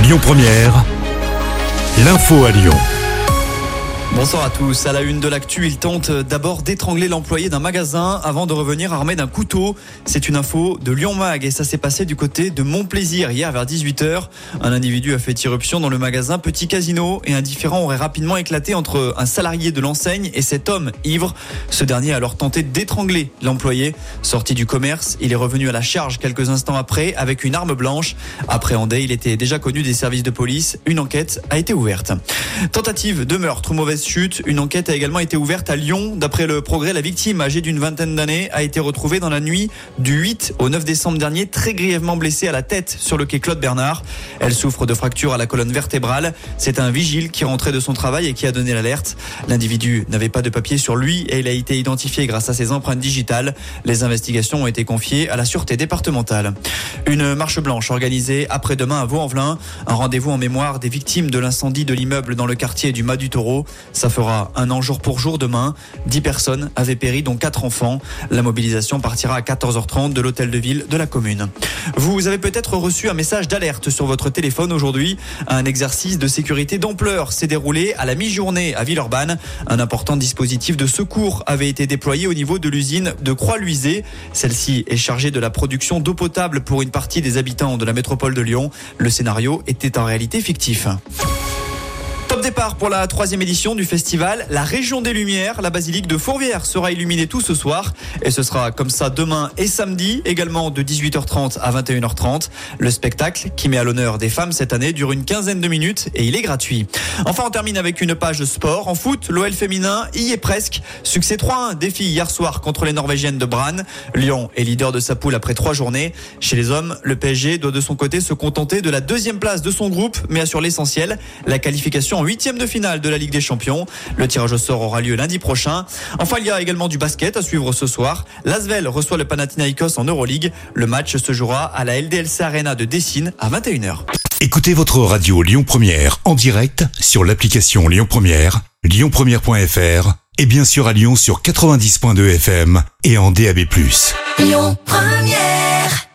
Lyon Première, l'info à Lyon. Bonsoir à tous. À la une de l'actu, il tente d'abord d'étrangler l'employé d'un magasin avant de revenir armé d'un couteau. C'est une info de Lyon Mag et ça s'est passé du côté de Montplaisir hier vers 18h. Un individu a fait irruption dans le magasin Petit Casino et un différend aurait rapidement éclaté entre un salarié de l'enseigne et cet homme ivre. Ce dernier a alors tenté d'étrangler l'employé. Sorti du commerce, il est revenu à la charge quelques instants après avec une arme blanche. Appréhendé, il était déjà connu des services de police. Une enquête a été ouverte. Tentative de meurtre, mauvaise chute. Une enquête a également été ouverte à Lyon. D'après le Progrès, la victime, âgée d'une vingtaine d'années, a été retrouvée dans la nuit du 8 au 9 décembre dernier, très grièvement blessée à la tête sur le quai Claude Bernard. Elle souffre de fractures à la colonne vertébrale. C'est un vigile qui rentrait de son travail et qui a donné l'alerte. L'individu n'avait pas de papier sur lui et il a été identifié grâce à ses empreintes digitales. Les investigations ont été confiées à la sûreté départementale. Une marche blanche organisée après-demain à Vaux-en-Velin. Un rendez-vous en mémoire des victimes de l'incendie de l'immeuble dans le quartier du Mas du Taureau. Ça fera un an jour pour jour demain. 10 personnes avaient péri, dont 4 enfants. La mobilisation partira à 14h30 de l'hôtel de ville de la commune. Vous avez peut-être reçu un message d'alerte sur votre téléphone aujourd'hui. Un exercice de sécurité d'ampleur s'est déroulé à la mi-journée à Villeurbanne. Un important dispositif de secours avait été déployé au niveau de l'usine de Croix-Luisée. Celle-ci est chargée de la production d'eau potable pour une partie des habitants de la métropole de Lyon. Le scénario était en réalité fictif. Top départ pour la 3e édition du festival La Région des Lumières. La basilique de Fourvière sera illuminée tout ce soir et ce sera comme ça demain et samedi, également de 18h30 à 21h30. Le spectacle, qui met à l'honneur des femmes cette année, dure une quinzaine de minutes et il est gratuit. Enfin, on termine avec une page sport. En foot, l'OL féminin y est presque. Succès 3-1 des filles hier soir contre les Norvégiennes de Brann. Lyon est leader de sa poule après 3 journées. Chez les hommes, le PSG doit de son côté se contenter de la 2e place de son groupe, mais assure l'essentiel, la qualification en 8e de finale de la Ligue des Champions. Le tirage au sort aura lieu lundi prochain. Enfin, il y a également du basket à suivre ce soir. L'Asvel reçoit le Panathinaikos en Euroleague. Le match se jouera à la LDLC Arena de Dessine à 21h. Écoutez votre radio Lyon Première en direct sur l'application Lyon Première, lyonpremière.fr et bien sûr à Lyon sur 90.2 FM et en DAB+. Lyon Première.